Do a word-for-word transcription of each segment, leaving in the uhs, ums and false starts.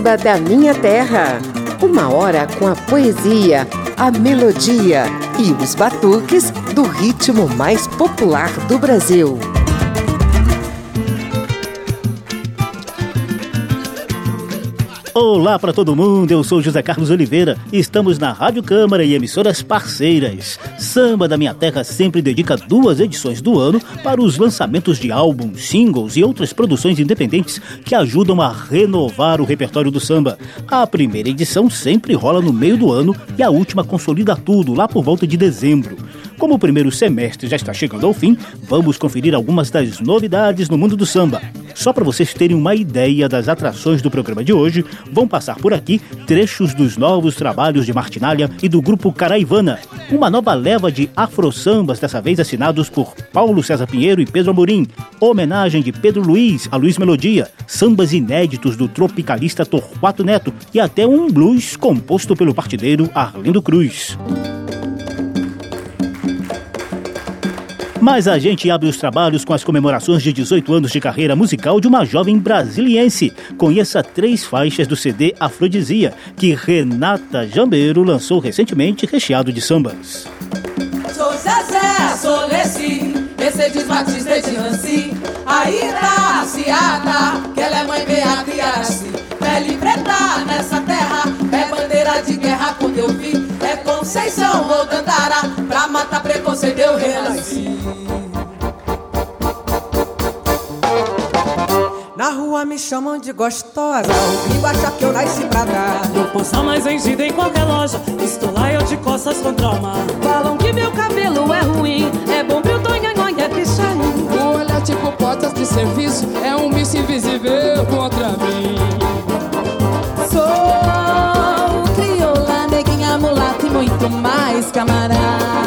Samba da Minha Terra. Uma hora com a poesia, a melodia e os batuques do ritmo mais popular do Brasil. Olá para todo mundo, eu sou José Carlos Oliveira e estamos na Rádio Câmara e emissoras parceiras. Samba da Minha Terra sempre dedica duas edições do ano para os lançamentos de álbuns, singles e outras produções independentes que ajudam a renovar o repertório do samba. A primeira edição sempre rola no meio do ano e a última consolida tudo lá por volta de dezembro. Como o primeiro semestre já está chegando ao fim, vamos conferir algumas das novidades no mundo do samba. Só para vocês terem uma ideia das atrações do programa de hoje, vão passar por aqui trechos dos novos trabalhos de Martinália e do grupo Caraivana. Uma nova leva de afro-sambas, dessa vez assinados por Paulo César Pinheiro e Pedro Amorim. Homenagem de Pedro Luiz a Luiz Melodia. Sambas inéditos do tropicalista Torquato Neto e até um blues composto pelo partideiro Arlindo Cruz. Mas a gente abre os trabalhos com as comemorações de dezoito anos de carreira musical de uma jovem brasiliense. Conheça três faixas do C D Afrodisia, que Renata Jambeiro lançou recentemente, recheado de sambas. Sou Zezé, sou Leci, Mercedes Batista de Nancy, Aida, Ciata, que ela é mãe Beatriz, pele preta nessa terra, é bandeira de guerra quando eu vi, é Conceição ou Dandara, pra matar preconceito eu renasci. Na rua me chamam de gostosa, o gringo acha que eu nasci pra dar. Eu posso mais vendida em qualquer loja, estou lá eu de costas contra o mar. Falam que meu cabelo é ruim, é bom pro tonhanhon, é pichanin. O olhar tipo portas de serviço, é um bicho invisível contra mim. Sou crioula, neguinha, mulata e muito mais, camarada.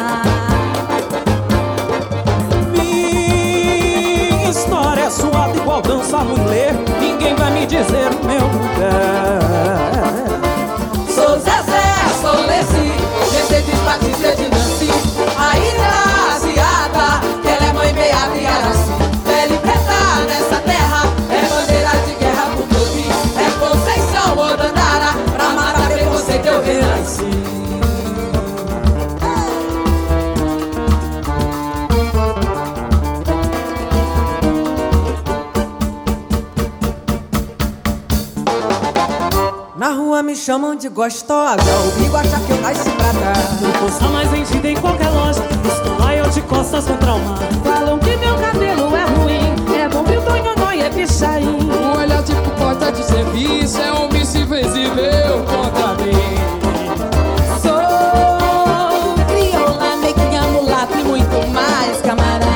Minha história é suada igual dança mulher, ninguém vai me dizer o meu lugar. Sou Zezé, sou Leci, Mercedes Batista de Nancy, Aida, Ciata, que ela é mãe beata e araci. Pele preta nessa terra, é bandeira de guerra pro que eu vi, é Conceição ou Dandara, pra matar preconceito eu renasci. Na rua me chamam de gostosa, o gringo acha que eu nasci pra dar. Eu posso mais vendida em qualquer loja, estou lá eu de costas contra o mar. Falam que meu cabelo é ruim, é bom pro tonhonhon e é pichain. O olhar tipo porta de serviço, é um bicho invisível contra mim. Sou crioula, neguinha, mulata e muito mais, camarada.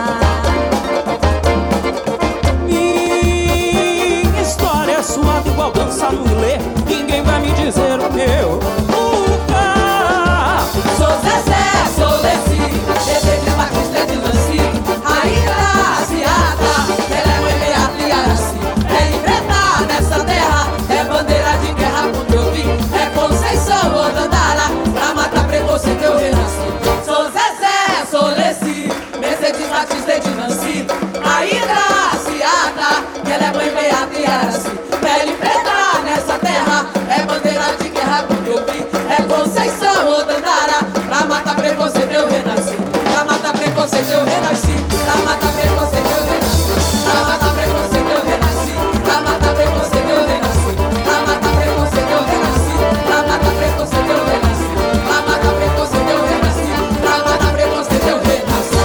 Minha história é suada igual dança no ilê, ninguém vai me dizer o meu lugar. Sou Zezé, sou Leci, Mercedes Batista de Nancy, Aida, Ciata, ela é mãe beata e araci. Pele preta nessa terra, é bandeira de guerra quando eu vi, é Conceição ou Dandara, pra matar preconceito eu renasci. Sou Zezé, sou Leci, Mercedes Batista de Nancy, Aida, Ciata, ela é mãe beata e araci. Pele preta nessa terra, é bandeira de guerra quando eu vi, é Conceição ou Dandara, pra matar preconceito eu renasci. Pra matar preconceito eu renasci. Pra matar preconceito eu renasci. Pra matar preconceito eu renasci. Pra matar preconceito eu renasci. Pra matar preconceito eu renasci. Pra matar preconceito eu renasci. Pra matar preconceito eu renasci. Pra matar preconceito eu renasci.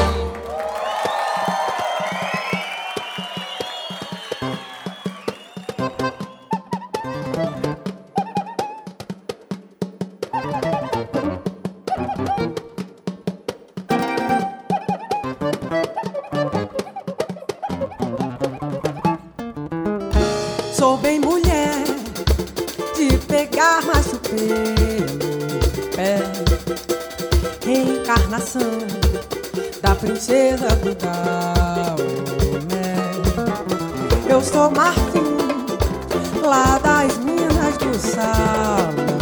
Sou bem mulher de pegar macho pelo pé, reencarnação da princesa do Daomé. Eu sou Marfim, lá das minas do Salão,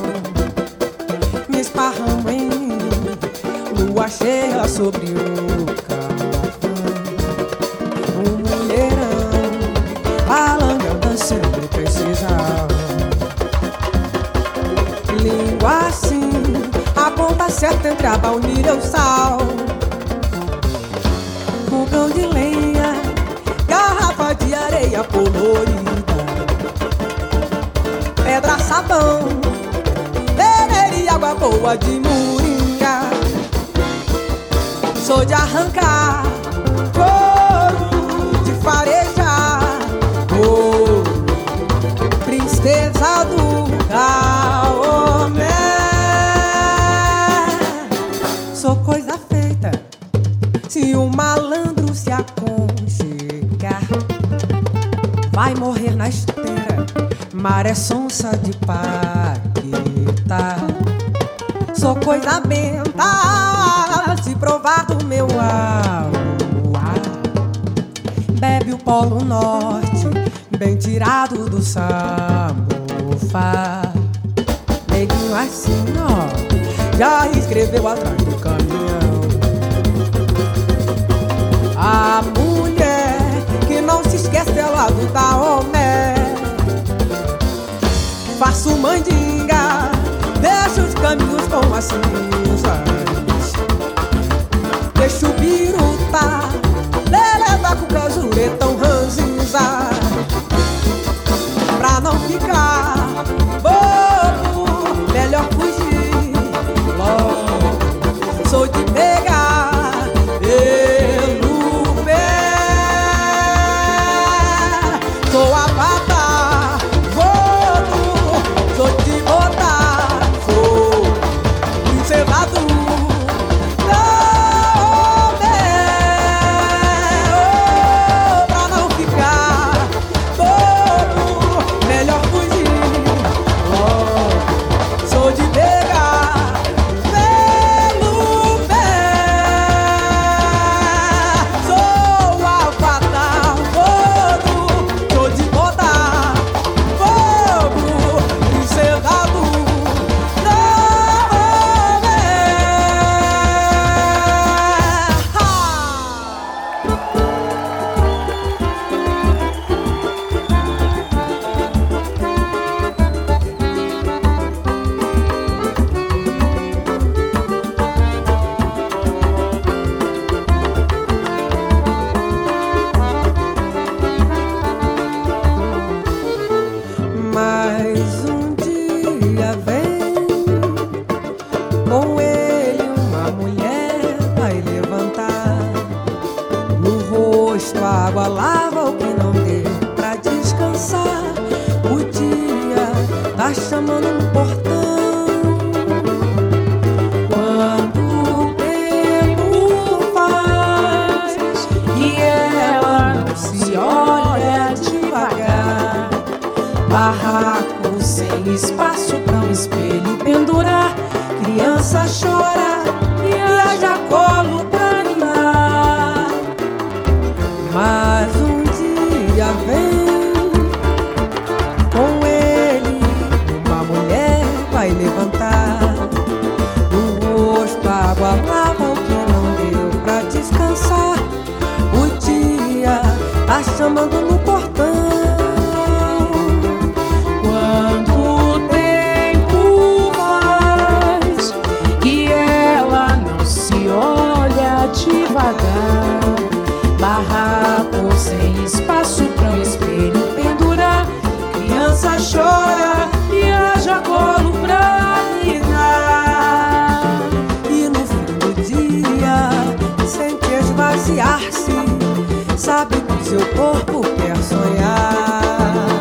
me esparramo em lua cheia sobre o carvão. Um mulherão balangando sempre precisa. certo entre a baunilha e o sal. Fogão de lenha, garrafa de areia colorida, pedra, sabão, peneira e água boa de moringa. Sou de arrancar couro, de farejar ouro, princesa do Daomé. Sou coisa feita, se o malandro se aconchegar, vai morrer na esteira, maré sonsa de Paquetá. Sou coisa benta, se provar do meu aluar, bebe o Polo Norte, bem tirado do Samofá. Neguinho assim, ó, já escreveu atrás do caminhão. A mulher que não se esquece é lá do Daomé. Faço mandinga, deixo os caminhos com as cinzas, deixo o biruta, leleva com o cajuretão ranzinza, pra não ficar bobo, melhor fugir logo. Sou de pegar pelo pé, sou a pata, fogo, sou de botar fogo, encerrado. Barraco sem espaço pra um espelho pendurar, criança chora e haja colo pra animar. Mas um dia vem, com ele uma mulher vai levantar. No rosto a água lava o que não deu pra descansar. O dia tá chamando no portão. Devagar, barraco sem espaço pra um espelho pendurar, criança chora e haja colo pra ninar. E no fim do dia sente esvaziar-se, sabe que seu corpo quer sonhar,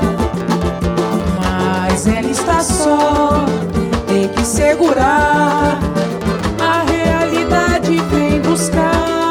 mas ela está só, tem que segurar. A realidade vem buscar.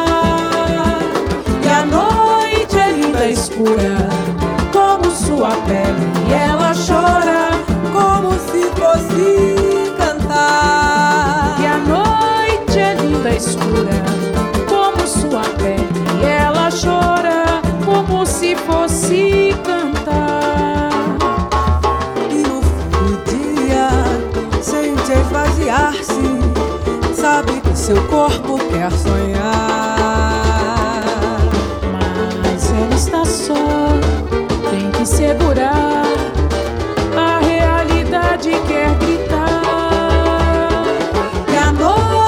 Escura como sua pele, e ela chora como se fosse cantar. E a noite é linda escura como sua pele, e ela chora como se fosse cantar. E no fim do dia sente esvaziar-se, sabe que seu corpo quer sonhar. Está só, tem que segurar. A realidade quer gritar. E a noite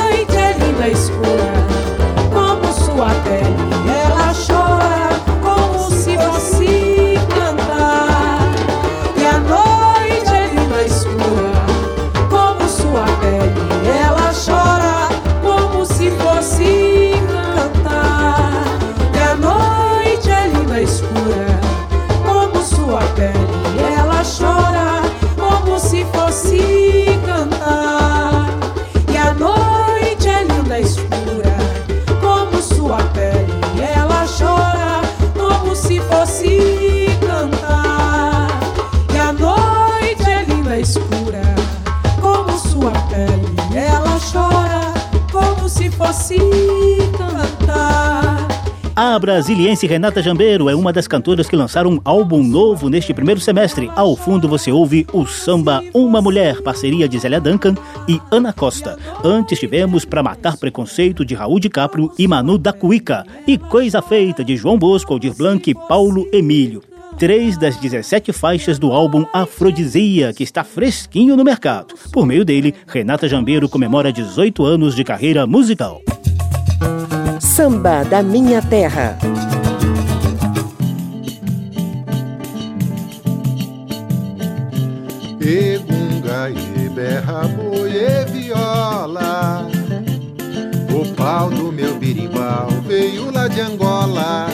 escura como sua pele, ela chora como se fosse cantar. E a noite é linda escura como sua pele, ela chora como se fosse cantar. E a noite é linda escura como sua pele, ela chora como se fosse cantar. A brasiliense Renata Jambeiro é uma das cantoras que lançaram um álbum novo neste primeiro semestre. Ao fundo você ouve o samba Uma Mulher, parceria de Zélia Duncan e Ana Costa. Antes tivemos Pra Matar Preconceito, de Raul de Caprio e Manu da Cuica, e Coisa Feita, de João Bosco, Aldir Blanc e Paulo Emílio. Três das dezessete faixas do álbum Afrodisia, que está fresquinho no mercado. Por meio dele, Renata Jambeiro comemora dezoito anos de carreira musical. Samba da Minha Terra. Egunga, e berra, boi e viola. O pau do meu birimbau veio lá de Angola.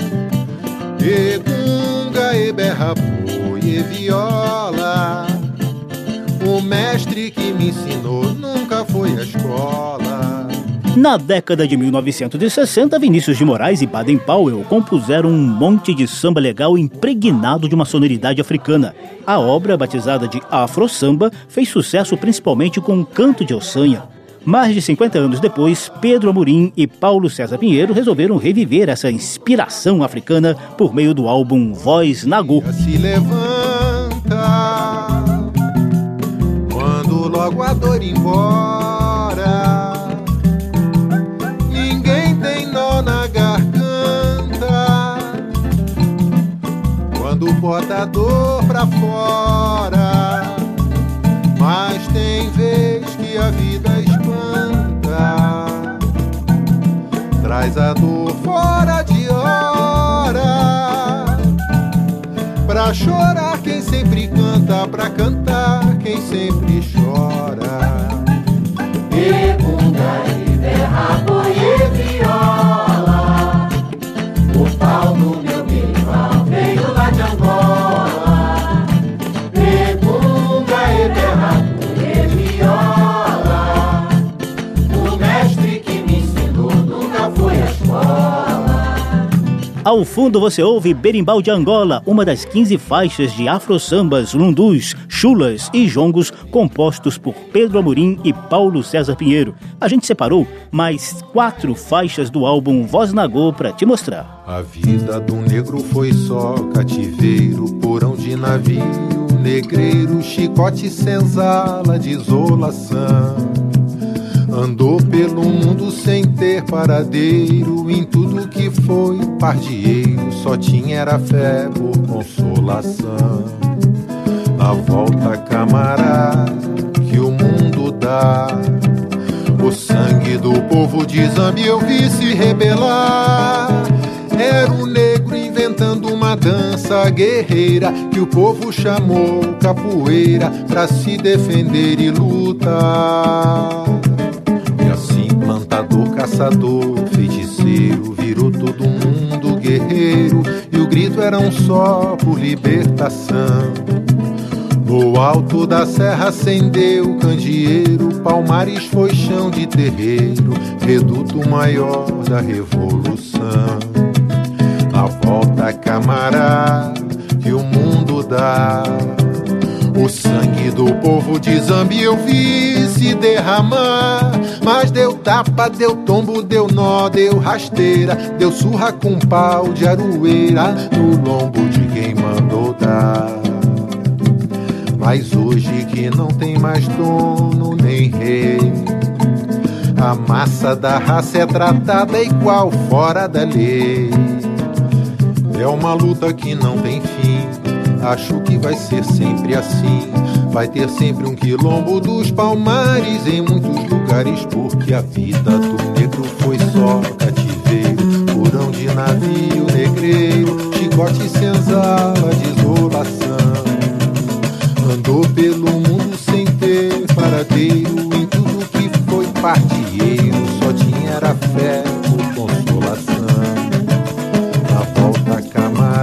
Egunga, e berra, boi e viola. O mestre que me ensinou nunca foi à escola. Na década de mil novecentos e sessenta, Vinícius de Moraes e Baden Powell compuseram um monte de samba legal impregnado de uma sonoridade africana. A obra, batizada de Afro Samba, fez sucesso principalmente com o canto de Ossanha. Mais de cinquenta anos depois, Pedro Amorim e Paulo César Pinheiro resolveram reviver essa inspiração africana por meio do álbum Voz Nagô. Se levanta quando logo a dor embora. Na garganta, quando bota a dor pra fora, mas tem vez que a vida espanta, traz a dor fora de hora, pra chorar quem sempre canta, pra cantar quem sempre chora. Egunga, e berra, boi e viola. O pau do meu birimbau veio lá de Angola. Egunga, e berra, boi e viola. O mestre que me ensinou nunca foi à escola. Ao fundo você ouve Berimbau de Angola, uma das quinze faixas de afro-sambas, lundus, chulas e jongos compostos por Pedro Amorim e Paulo César Pinheiro. A gente separou mais quatro faixas do álbum Voz Nagô para te mostrar. A vida do negro foi só cativeiro, porão de navio, negreiro, chicote, senzala, desolação. Andou pelo mundo sem ter paradeiro, em tudo que foi pardieiro, só tinha era fé por consolação. Na volta, camarada, que o mundo dá, o sangue do povo de Zambi eu vi se rebelar. Era o negro inventando uma dança guerreira que o povo chamou capoeira pra se defender e lutar. E assim plantador, caçador, feiticeiro virou todo mundo guerreiro, e o grito era um só por libertação. No alto da serra acendeu o candeeiro, Palmares foi chão de terreiro, reduto maior da revolução. Na volta, camarada, que o mundo dá, o sangue do povo de Zambi eu vi se derramar. Mas deu tapa, deu tombo, deu nó, deu rasteira, deu surra com pau de aroeira no lombo de quem mandou dar. Mas hoje que não tem mais dono nem rei, a massa da raça é tratada igual fora da lei. É uma luta que não tem fim, acho que vai ser sempre assim. Vai ter sempre um quilombo dos Palmares em muitos lugares, porque a vida do negro foi só cativeiro, porão de navio, negreiro, chicote, senzala, desolação. Andou pelo mundo sem ter paradeiro, em tudo que foi pardieiro, só tinha era fé por consolação. Na volta, camarada,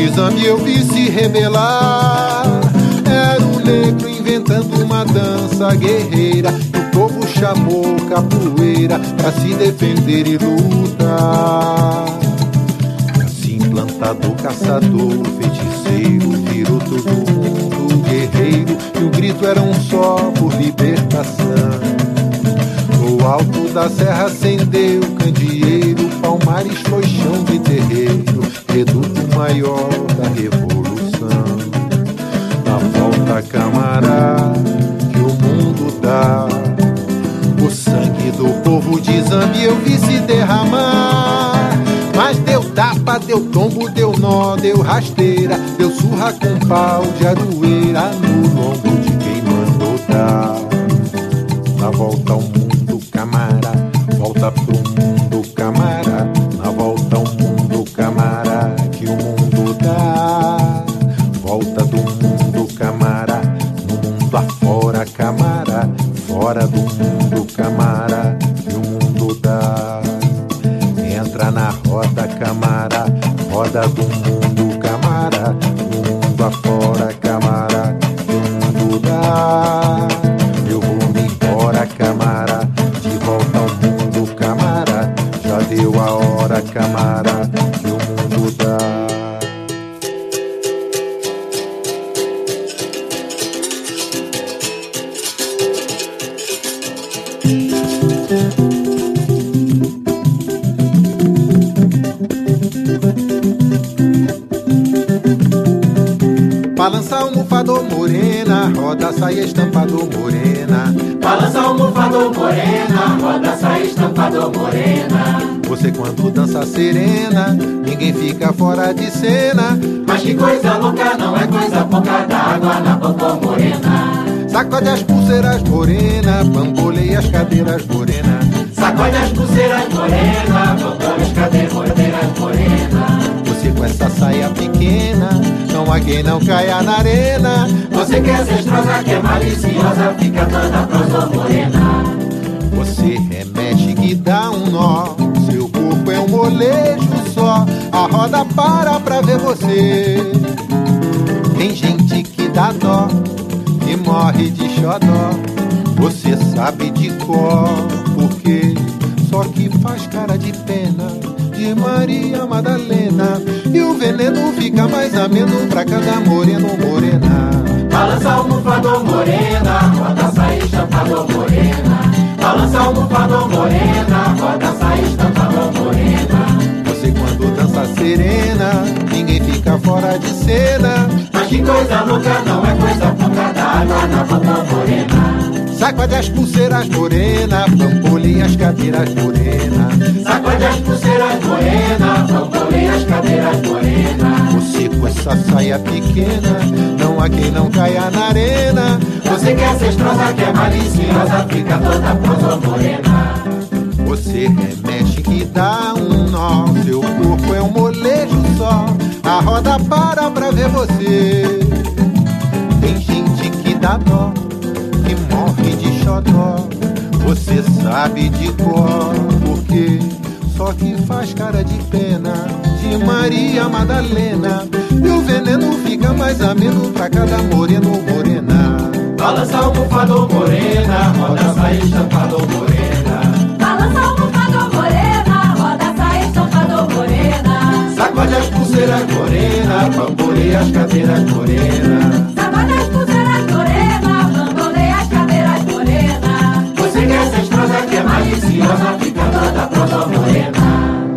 de Zambi eu vi se revelar. Era o negro inventando uma dança guerreira, que o povo chamou capoeira, pra se defender e lutar. Assim plantador, caçador, feiticeiro, virou todo mundo guerreiro, e o grito era um só por libertação. No alto da serra acendeu candeeiro, Palmares foi chão de terreiro, reduto maior da revolução. Na volta, camarada, que o mundo dá, o sangue do povo de Zambi eu vi se derramar. Mas deu tapa, deu tombo, deu nó, deu rasteira, deu surra com pau de aroeira no lombo de quem mandou dar. Na volta ao mundo, camara, volta pro mundo, camara. Na volta ao mundo, camara, que o mundo dá. Volta do mundo, camara, no mundo afora, camara. Fora do mundo, camara, que o mundo dá. Entra na roda, camara, roda do mundo, camara. No mundo afora, camara, que o mundo dá. Eu vou me embora, camara, de volta ao mundo, camara. Já deu a hora, camara, que o mundo dá. Balança almofador morena, roda, saia, estampador morena. Balança almofador morena, roda, saia, estampador morena. Você quando dança serena, ninguém fica fora de cena. Mas que coisa louca, não é coisa pouca da água na boca morena. Sacode as pulseiras morena, bamboleia as cadeiras morena. Sacode as pulseiras morena, bamboleia as cadeiras morena. Você com essa saia pequena, não há quem não caia na arena. Você que é cestrosa, que é maliciosa, fica toda prosa morena. Você remexe que dá um nó, seu corpo é um molejo só. A roda para pra ver você. Tem gente que dá dó, que morre de xodó. Você sabe de cor, porque só que faz cara de pena de Maria Madalena. E o veneno fica mais ameno pra cada moreno morena. Balança almofador morena, roda, saia, estampador morena. Balança almofador morena, roda, saia, estampador morena. Você quando dança serena, ninguém fica fora de cena. Mas que coisa louca, não é coisa pouca da água na boca morena. Sacode as pulseiras morena, bamboleia as cadeiras morena. Sacode as pulseiras morena, bamboleia as cadeiras morena. Você com essa saia pequena, não há quem não caia na arena. Você que é cestrosa, que é maliciosa, fica toda prosa morena. Você remexe que dá um nó, seu corpo é um molejo só. A roda para pra ver você. Tem gente que dá dó, que morre de xodó. Você sabe de cor, porque só que faz cara de pena de Maria Madalena. E o veneno fica mais ameno pra cada moreno morena. Balança almofador morena, roda, saia, estampador morena. Balança almofador morena, roda, saia, estampador morena. Sacode as pulseiras morena, bamboleia as cadeiras morena. Sacode as pulseiras morena, bamboleia as cadeiras morena. Você que é cestrosa, que é maliciosa, fica toda prosa morena.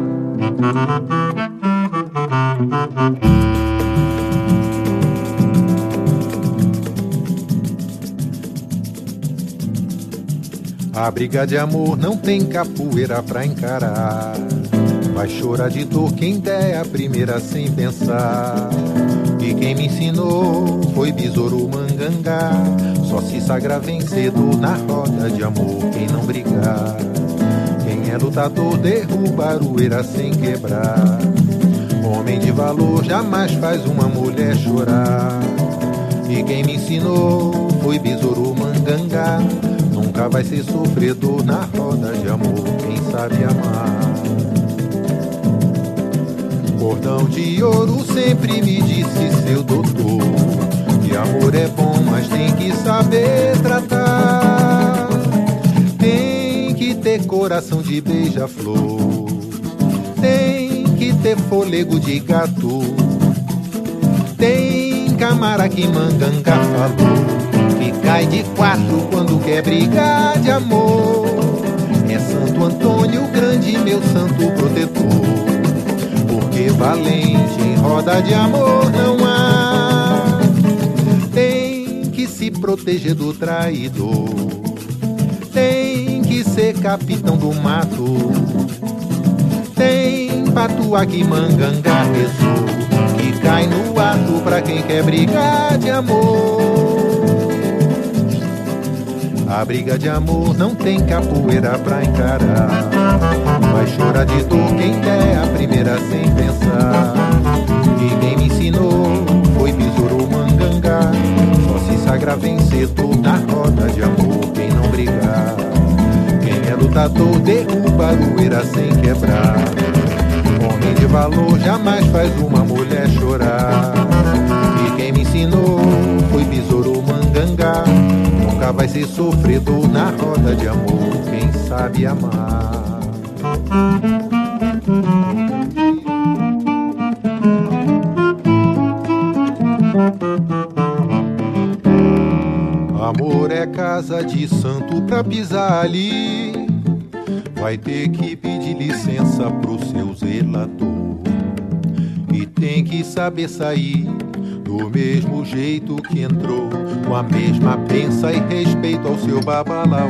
A briga de amor não tem capoeira pra encarar. Vai chorar de dor quem der a primeira sem pensar. E quem me ensinou foi Besouro Mangangá. Só se sagra vencedor na roda de amor quem não brigar. Quem é lutador derruba a aroeira sem quebrar. Homem de valor jamais faz uma mulher chorar. E quem me ensinou foi Besouro Mangangá. Nunca vai ser sofredor na roda de amor quem sabe amar. Cordão de Crioulo sempre me disse, seu doutor, que amor é bom, mas tem que saber tratar. Tem que ter coração de beija-flor, tem que ter fôlego de gato. Tem camara que manganga falou, que cai de quatro quando quer brigar de amor. É Santo Antônio grande, meu santo protetor, porque valente em roda de amor não há. Tem que se proteger do traidor, tem que ser capitão do mato. Tem patuá que manganga rezou, que cai no ato pra quem quer brigar de amor. A briga de amor não tem capoeira pra encarar, vai chorar de dor quem der a primeira sem pensar. E quem me ensinou foi besouro mangangá, só se sagra vencedor na roda de amor quem não brigar. Quem é lutador derruba a aroeira sem quebrar. Homem de valor jamais faz uma mulher chorar. E quem me ensinou foi besouro mangangá, nunca vai ser sofredor na roda de amor quem sabe amar. Amor é casa de santo pra pisar ali, vai ter que pedir licença pro seu zelador. E tem que saber sair do mesmo jeito que entrou, com a mesma pensa e respeito ao seu babalaô.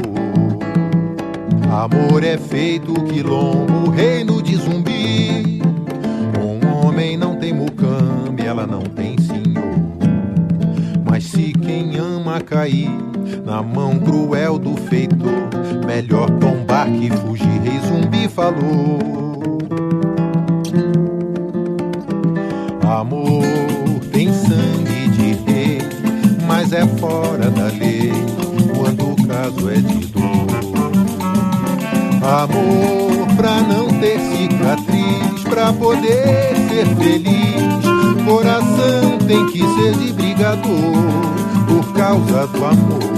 Amor é feito quilombo, reino de zumbi. Um homem não tem mucame, ela não tem senhor. Mas se quem ama cair na mão cruel do feitor, melhor tombar que fugir, rei zumbi falou. Amor tem sangue de rei, mas é fora da lei quando o caso é de dor. Amor pra não ter cicatriz, pra poder ser feliz, coração tem que ser de brigador por causa do amor.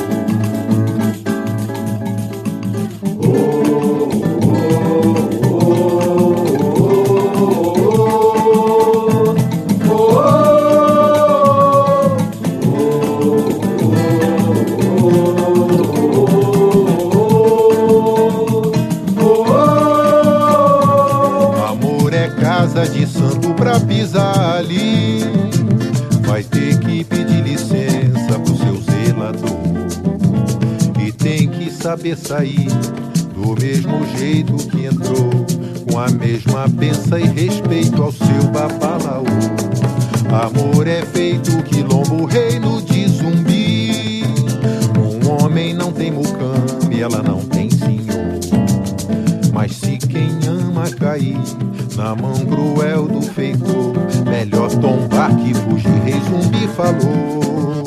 De santo pra pisar ali, vai ter que pedir licença pro seu zelador. E tem que saber sair do mesmo jeito que entrou, com a mesma benção e respeito ao seu babalaô. Amor é feito quilombo, reino de zumbi. Um homem não tem mucame, ela não tem senhor. Mas se quem ama cair na mão cruel do feitor, melhor tombar que fugir, rei zumbi falou.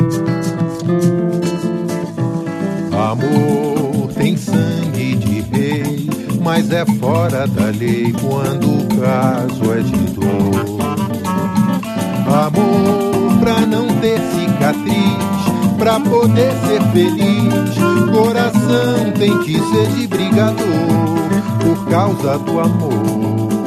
Amor tem sangue de rei, mas é fora da lei quando o caso é de dor. Amor pra não ter cicatriz, pra poder ser feliz, coração tem que ser de brigador por causa do amor.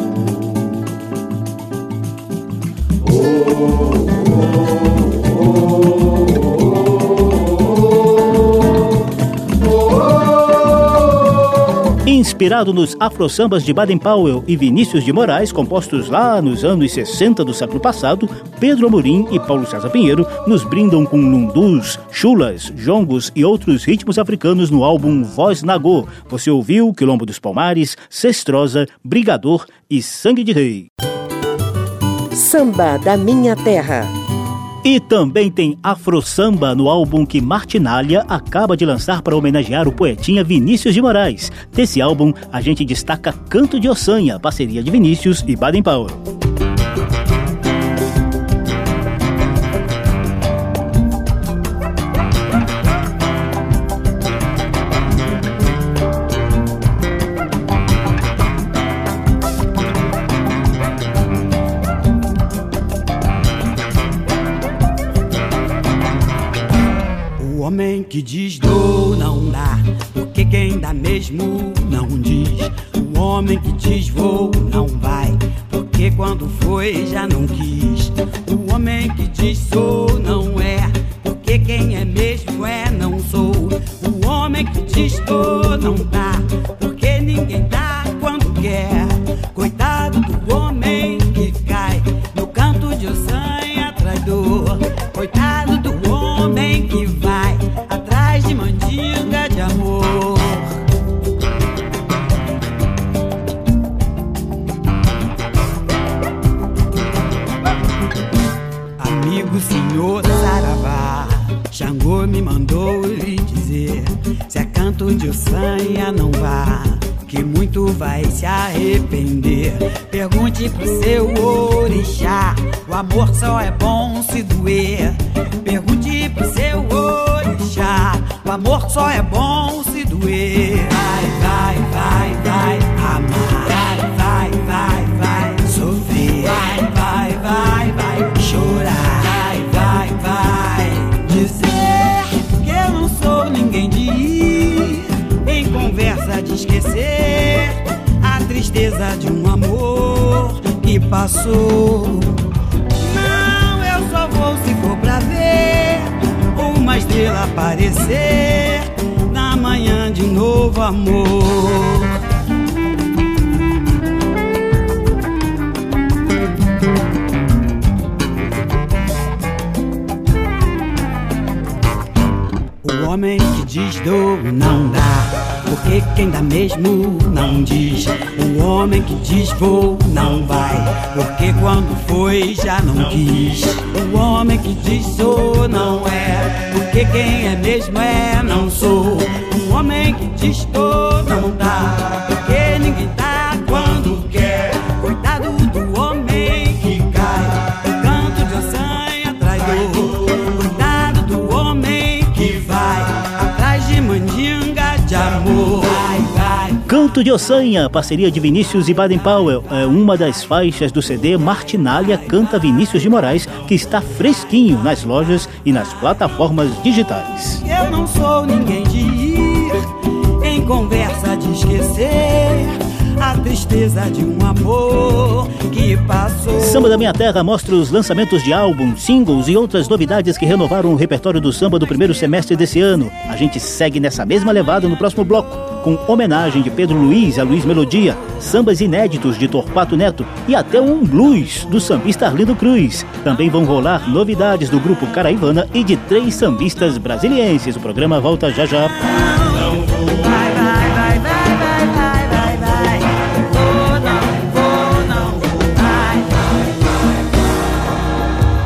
Inspirado nos afro-sambas de Baden-Powell e Vinícius de Moraes, compostos lá nos anos sessenta do século passado, Pedro Amorim e Paulo César Pinheiro nos brindam com lundus, chulas, jongos e outros ritmos africanos no álbum Voz Nagô. Você ouviu Quilombo dos Palmares, Cestrosa, Brigador e Sangue de Rei. Samba da Minha Terra. E também tem afro-samba no álbum que Martinália acaba de lançar para homenagear o poetinha Vinícius de Moraes. Desse álbum, a gente destaca Canto de Ossanha, parceria de Vinícius e Baden-Powell. homem que diz dou não dá, porque quem dá mesmo não diz. O homem que diz vou não vai, porque quando foi já não quis. O homem que diz sou não é, porque quem é mesmo é não sou. O homem que diz tô não dá, porque ninguém dá quando quer. Coitado do homem que cai no canto de ossanha traidor. Coitado do homem que vai atrás de mandinga de amor. Amigo senhor Saravá, Xangô me mandou lhe dizer: se é canto de ossanha não vá, que muito vai se arrepender. Pergunte pro seu orixá, o amor só é bom se doer. Pergunte pro seu orixá, o amor só é bom se doer. Vai, vai, vai, vai amar. Vai, vai, vai, vai sofrer. Vai, vai, vai, vai chorar. Vai, vai, vai dizer que eu não sou ninguém de ir em conversa de esquecer a tristeza de um amor que passou. Não, eu só vou se for pra ver uma estrela aparecer na manhã de um novo amor. O homem que diz dou não dá, porque quem dá mesmo não diz. O homem que diz vou não vai, porque quando foi já não quis. O homem que diz sou não é, porque quem é mesmo é não sou. O homem que diz tô não dá, porque ninguém dá quando quer. Coitado do homem que cai no canto de ossanha traidor. Coitado do homem que vai atrás de mandinga de amor. Vai, vai. Canto de Ossanha, parceria de Vinícius e Baden Powell, é uma das faixas do C D Martinália Canta Vinícius de Moraes, que está fresquinho nas lojas e nas plataformas digitais. Eu não sou ninguém de ir em conversa de esquecer a tristeza de um amor que passou. Samba da Minha Terra mostra os lançamentos de álbuns, singles e outras novidades que renovaram o repertório do samba do primeiro semestre desse ano. A gente segue nessa mesma levada no próximo bloco, com homenagem de Pedro Luiz a Luiz Melodia, sambas inéditos de Torquato Neto e até um blues do sambista Arlindo Cruz. Também vão rolar novidades do grupo Caraivana e de três sambistas brasilienses. O programa volta já já.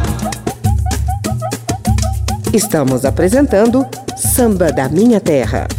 Estamos apresentando Samba da Minha Terra.